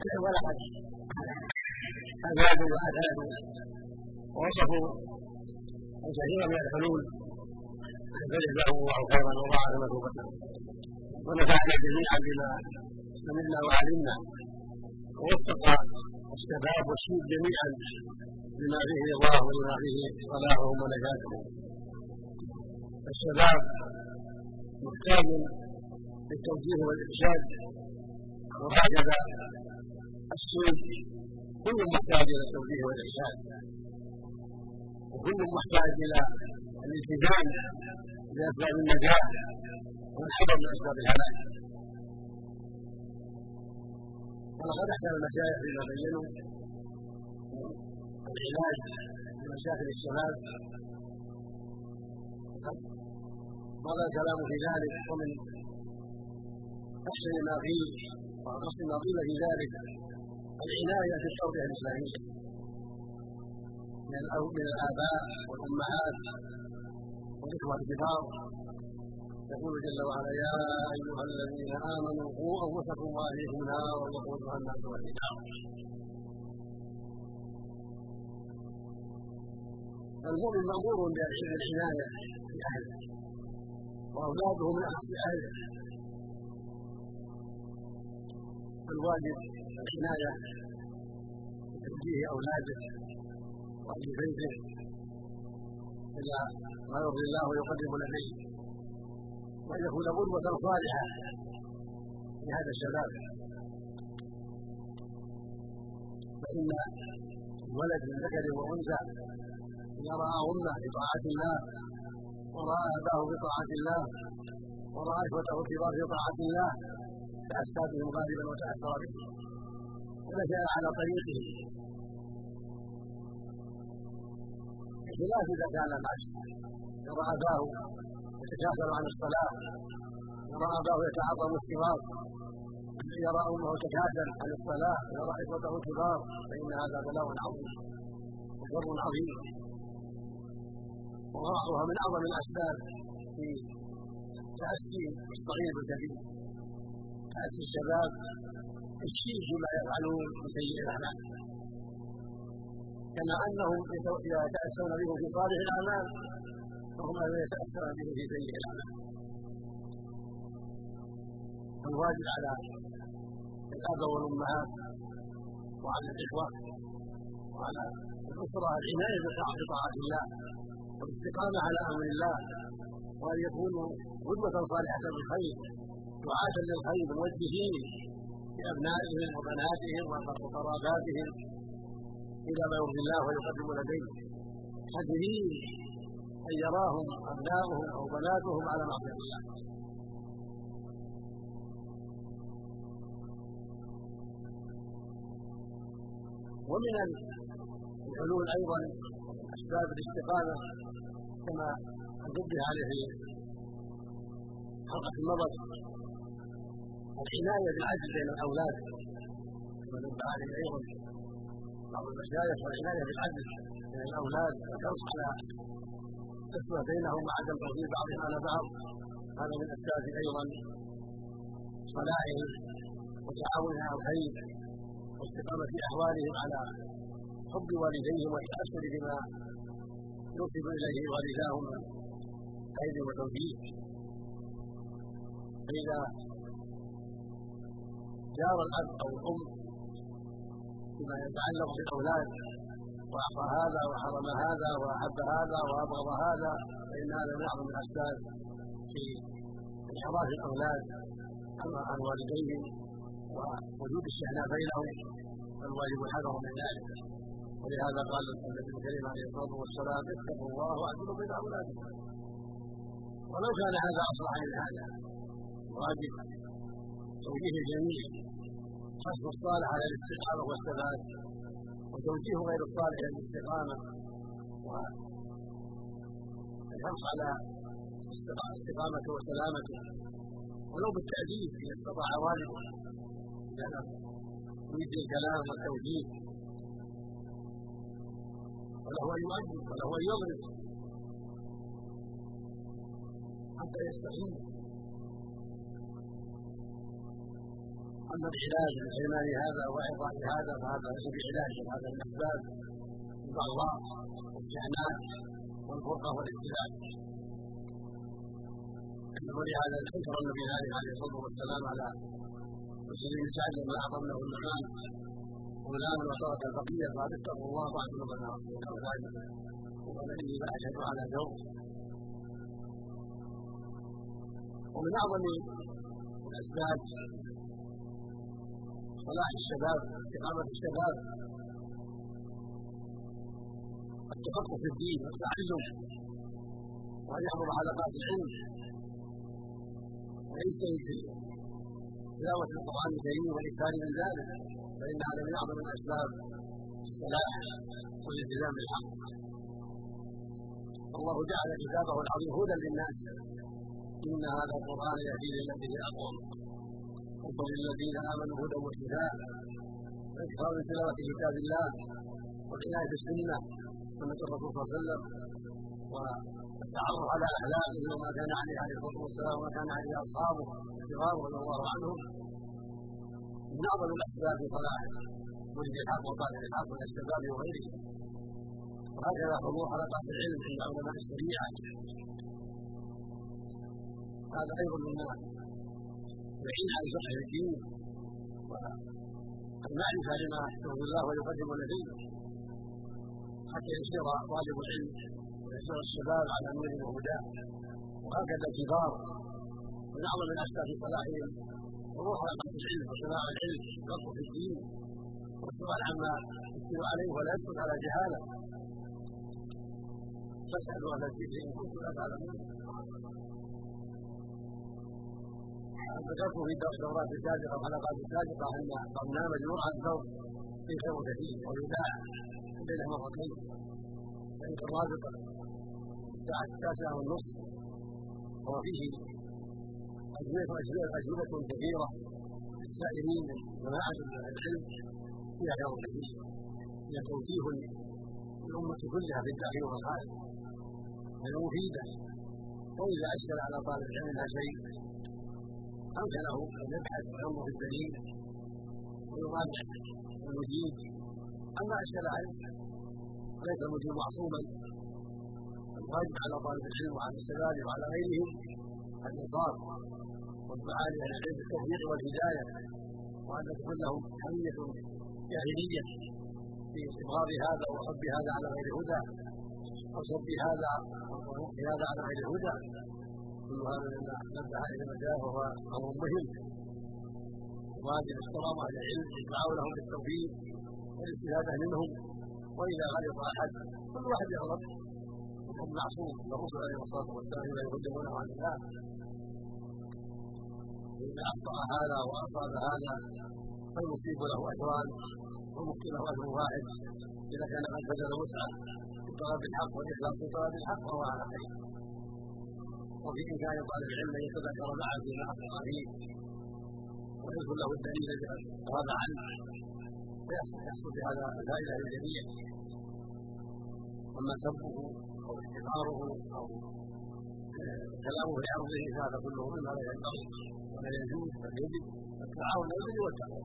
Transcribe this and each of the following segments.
ولقد أفادوا وأفادوا ووصفوا كثيرا من الحلول فجزاهم الله خيرا وضاعف مثوبتهم ونفعنا جميعا بما سمعنا وعلمنا ووفق الشباب والشيوخ جميعا بما فيه رضاه وبما فيه صلاحهم ونجاتهم. الشباب محتاج للتوجيه والإرشاد وهكذا الشيخ كل محتاج الى التوجيه والارشاد وكل محتاج الى الالتزام باسباب النجاح والحذر من اسباب الهلاك. ولقد احسن المشايخ بما بينوا العلاج لمشاكل الشباب مضى الكلام في ذلك ومن احسن ما فيه وأصل ما قيل في ذلك العناية بالتربية الإسلامية من الآباء والأمهات والإخوة الكبار. يقول جل وعلا: يا أيها الذين آمنوا قوا أنفسكم وأهليكم نارا وقودها الناس والحجارة. المؤمن مأمور بالعناية بأهله وأولاده من أحسن أهله. الواجب العناية بتوجيه أولاده وأهل بيته إلى ما يرضي الله ويقرب إليه وأن يكون قدوة صالحة لهذا الشباب، فإن الولد من ذكر وأنثى إذا رأى أمه بطاعة الله ورأى أباه بطاعة الله ورأى إخوته الكبار بطاعة الله تأسى بهم غالبا وتأثر بهم ونشأ على طريقه، بخلاف إذا كان العكس يرى أباه يتكاسل عن الصلاة، يرى أباه يتعاطى الصغار، يرى أمه تكاسل عن الصلاة، يرى إخوته الكبار، فإن هذا بلاء عظيم وشر عظيم وهو من أعظم الأسباب في تأسي الصغير بالكبير. تأتي الشباب الشيء بما يفعلون بسيء الأعمال كما أنهم يتأسون به في صالح الأعمال فهم يتأسون به في سيء الأعمال. الواجب على الآباء والأمهات وعلى الإخوة وعلى الأسرة العناية بطاعة الله والاستقامة على أمر الله وأن يكونوا قدوة صالحة بالخير دعاة للخير موجهين بأبنائهم وبناتهم وقراباتهم إلى ما يرضي الله ويقدم لديه، حذرين أن يراهم أبناؤهم أو بناتهم على معصية الله. ومن الحلول أيضا أسباب الاستقامة كما نبه عليه في حلقة المضت العناية بالعدل بين الأولاد كما نبه عليه أيضا بعض المشايخ والعناية بالعدل بين الأولاد والحرص على القسوة بينهم وعدم تفضيل بعضهم على بعض، هذا من أسباب أيضا صلاحهم وتعاونهم على الخير واستقامة أحوالهم على حب والديهم والتأثر بما يوصل إليه والداهم من خير وتوفيق. فإذا جار الأب أو الأم بما يتعلق بالأولاد وأعطى هذا وحرم هذا وأحب هذا وأبغض هذا فإن هذا من أعظم الأسباب في انحراف الأولاد عن والديهم ووجود الشحناء بينهم، فالواجب الحذر من ذلك. ولهذا قال النبي الكريم عليه الصلاة والسلام: اتقوا الله واعدلوا بين أولادكم. ولو كان هذا أصلح من هذا واجب توجيه الجميع، حث الصالح على الاستقامة والثبات وتوجيه غير الصالح الى الاستقامة والحرص على استقامته وسلامته ولو بالتأديب إن استطاع والده لأنه يريد الكلام والتوجيه، وله أن يؤدب وله أن يضرب حتى يستقيم أما العلاج بحرمان هذا وإعطاء هذا فهذا ليس بعلاج، هذا من أسباب البغضاء والاستعناء والفرقة والاختلاف. ولهذا انكر النبي عليه الصلاة والسلام على مسلم بن سعد لما أعطى له النعمان غلاما وترك البقية قال اتقوا الله واعبدوا ربنا ذلك وقال إني لا أشهد على جور. ومن أعظم الأسباب صلاح الشباب استقامة الشباب التفقه في الدين والتعلم وأن يحضر حلقات العلم ويجتهد في تلاوة القرآن الكريم والإكثار من ذلك، فإن هذا من أعظم الأسباب الصلاح والالتزام بالحق. الله جعل كتابه العظيم هدى للناس، إن هذا القرآن يهدي للتي هي أقوم وقل للذين آمنوا هدى وشفاء. فإكثار من تلاوة كتاب الله والعناية بالسنة سنة الرسول صلى الله عليه وسلم والتعرف على أخلاقه وما كان عليه عليه الصلاة والسلام وما كان عليه أصحابه الكرام رضي الله عنهم من أعظم الأسباب في صلاح ولد الحق وطالب الحق من الشباب وغيره. وهكذا حضور حلقات العلم عند علماء الشريعة هذا أيضا مما يعين على الفقه في الدين والمعرفة لما يحفظه الله ويقدم لديه حتى يسير طالب العلم ويسير الشباب على نور وهدى. وهكذا الكبار من أعظم الأسباب في صلاحهم حضور حلقات العلم وسماع العلم والفقه في الدين والسؤال عما يشكل عليه ولا يسكت على جهاله. فاسألوا أهل الذكر إن كنتم لا تعلمون. ذكرت في دورات سابقة وحلقات سابقة أن برنامج نور على الثوب في خير كثير ويباع بينه مرتين، فإن الرابطة الساعة 9:30 وفيه أجوبة كثيرة للسائلين من جماعة العلم فيها خير كثير، هي توجيه للأمة كلها في الداخل والخارج، هي مفيدة. وإذا أشكل على طالب العلم شيء أمكنه أن يبحث وينظر في الدليل ويراجع المجيب. أما أشكل عليه ليس المجيب معصوما، الواجب على طالب العلم وعلى الشباب وعلى غيرهم الإنصاف والدعاء لأهل العلم بالتوفيق والهداية، وأن تكون لهم حمية جاهلية في إبغاض هذا وحب هذا على غير هدى أو سب هذا ونقض هذا على غير هدى. كل هذا مما نبه إلى مداه وهو أمر مهم. واجب احترام أهل العلم والدعاء لهم بالتوفيق والاستفادة منهم، وإذا غلط أحد كل واحد يغلط وهم معصوم، الرسل عليه الصلاة والسلام لا يقدمونه عن الله. إذا أخطأ هذا وأصاب هذا فالمصيب له أجران والمخطئ له أجر واحد إذا كان قد بذل وسعه في طلب الحق والإخلاص في طلب الحق فهو على خير. وفي إمكان طالب العلم أن يتذكر معه فيما أخطأ فيه ويذكر له الدليل الذي غاب عنه فيحصل بهذا الفائدة للجميع. أما سبه أو احتقاره أو كلامه في عرضه فهذا كله مما لا ينبغي ولا يجوز، بل يجب التعاون على البر والتقوى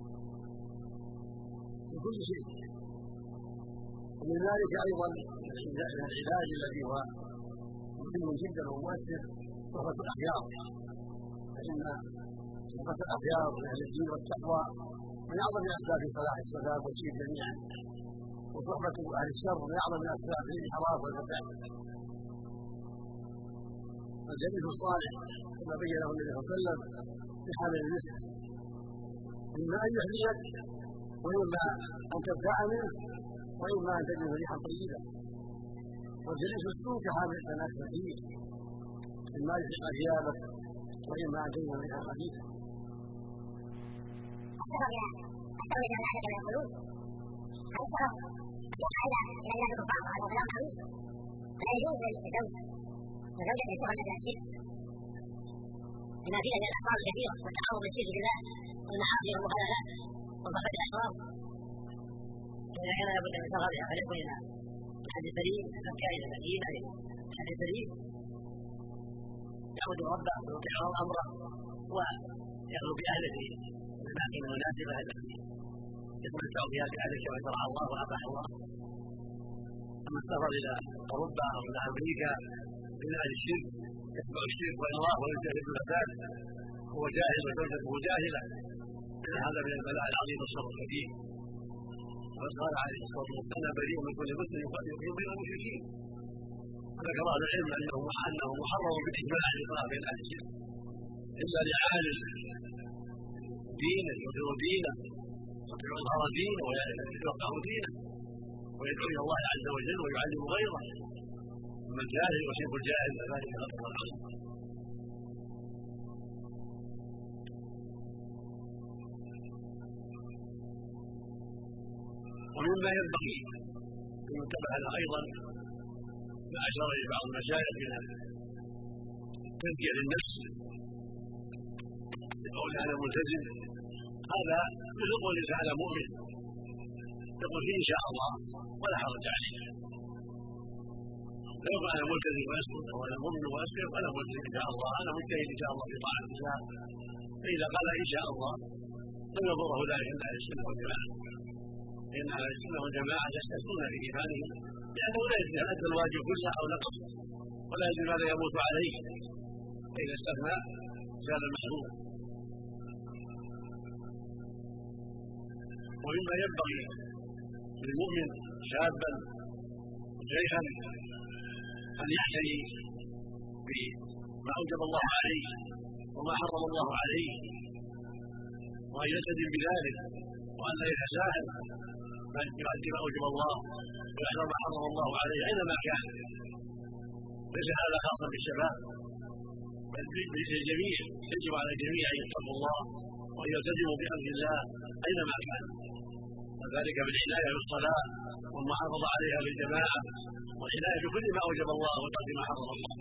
في كل شيء. ومن ذلك أيضا العلاج الذي هو مهم جدا ومؤثر صحبة الأخيار، فإن صحبة الأخيار من أهل الدين والتقوى من أعظم أسباب صلاح الشباب والشيب جميعا، وصحبة أهل الشر من أعظم أسباب الانحراف والفساد. الجليس الصالح كما بينه النبي صلى الله عليه وسلم في حامل المسك إما أن يحذيك وإما أن تبتاع منه وإما أن تجد ريحا طيبة. والجليس السوء كحامل التناس كثير إما يحرق ثيابك وإما أن تجد ريحا خبيثة. أستوي على هذا كما يقولون الصرف يحال إلى الناس بعضها وغير حميد، فلا يجوز للزوج وزوجة يكون لدى الشرك لما فيه من الأخبار الكثيرة والتعرض للشرك بالله والمعاصي والمخالفات وفقد الأشرار. إذا كان لابد من شرها فليكن إلى الحد السليم الأفكار إلى التأكيد عليه الحد السليم يعبد ربه ويطيع أمره ويخلو بأهله في الأماكن المناسبة التي يتمتع بها بأهل كما شرع الله وأباح الله. أما السفر إلى أوروبا أو إلى أمريكا من أهل الشرك يتبع الشرك والله ويجتهد الفساد هو جاهل وزوجته جاهلة، هذا من البلاء العظيم والشر الكبير. وقد قال عليه الصلاة والسلام: أنا بريء من كل مسلم يؤمن المشركين. ذكر أهل العلم أنه محرم بالإجماع الإقرار بين أهل الشرك إلا لعالم دينه يظهر دينه ويظهر دينه ويتوقع دينه ويدعو إلى الله عز وجل ويعلم غيره. أما الجاهل وشيخ الجاهل فذلك خطر عظيم. ومما ينبغي أن ينتبه له أيضا ما أشار إليه بعض المشايخ من التزكية للنفس بقول أنا ملتزم، هذا مثل قول الإنسان أنا مؤمن، يقول فيه إن شاء الله ولا حرج عليه. لا يقول أنا ملتزم وأسكت أو أنا مؤمن وأسكت وأنا ملتزم إن شاء الله، أنا مجتهد إن شاء الله في طاعة الله. فإذا قال إن شاء الله لم يضره ذلك عند أهل السنة والجماعة، لأن أهل السنة والجماعة يستثنون في إيمانهم لأنه لا يجوز أن أدى الواجب كله أو نقص، ولا يجوز ماذا يموت عليه، فإذا استثنى زال المحروم. ومما ينبغي للمؤمن شابا شيخا أن يعتني بما أوجب الله عليه وما حرم الله عليه، وأن يلتزم بذلك، وأن لا يتساهل بل يؤدي ما أوجب الله ويحذر ما حرم الله عليه أينما كان. ليس هذا خاصا بالشباب بل بالجميع، يجب على الجميع أن يتقوا الله وأن يلتزموا بأمر الله أينما كان، وذلك بالعناية بالصلاة والمحافظة عليها بالجماعة والعناية بكل ما أوجب الله وترك ما حرم الله.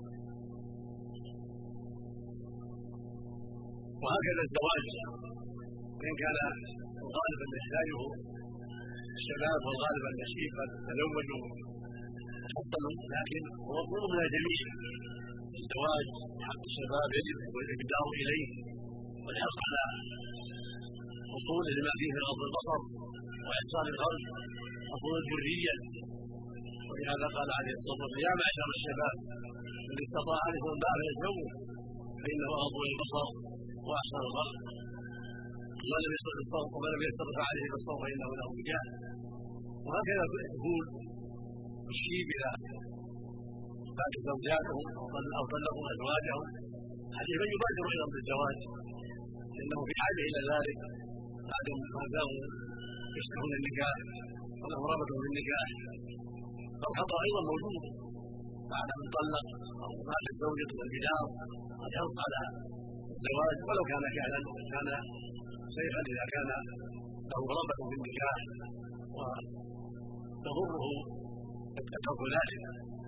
وهكذا الزواج، وإن كان الغالب أن يحتاجه الشباب والغالب أن الشيخ قد تزوجوا وحصلوا، لكن هو مطلوب من الجميع. الزواج حق الشباب يجب والإبداع إليه والحرص على حصوله لما فيه من غض البصر وإحصان الفرج حصول الذرية. ولهذا قال عليه الصلاة والسلام: يا معشر الشباب من استطاع منكم الباء فليتزوج فإنه أغض للبصر وأحسن الفرج، ومن لم يستطع الصوم ومن لم يستطع عليه بالصوم فإنه له وجاه. وهكذا تقول الشيب إذا مات زوجاتهم أو طلقوا أزواجهم عليه من يبادر أيضا بالزواج، لأنه في حاجة إلى ذلك بعد ما كانوا يشتهون النكاح ولهم رغبة في النكاح. فالخطأ أيضا موجود بعد أن طلق أو مات الزوجة والبدار قد يحرص على الزواج ولو كان كهلا كان شيخا إذا كان له رغبة في النكاح وتضره ترك ذلك.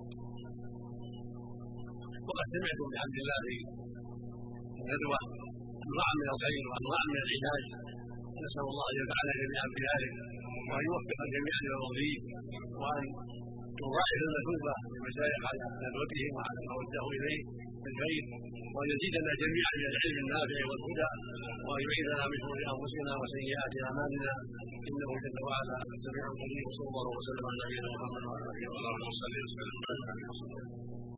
وقد سمعتم بحمد الله في الندوة أنواع من الخير وأنواع من العلاج، نسأل الله أن يجعلنا جميعا بذلك وأن يوفق الجميع لما فيه، وأن يضاعف المثوبة للمشايخ على ندوتهم وعلى ما وجهوا إليه من خير، وأن يزيدنا جميعا من العلم النافع والهدى، وأن يعيذنا من شرور أنفسنا وسيئات أعمالنا إنه جل وعلا سميع قريب. صلى الله وسلم على نبينا محمد وعلى آله وصحبه وسلم.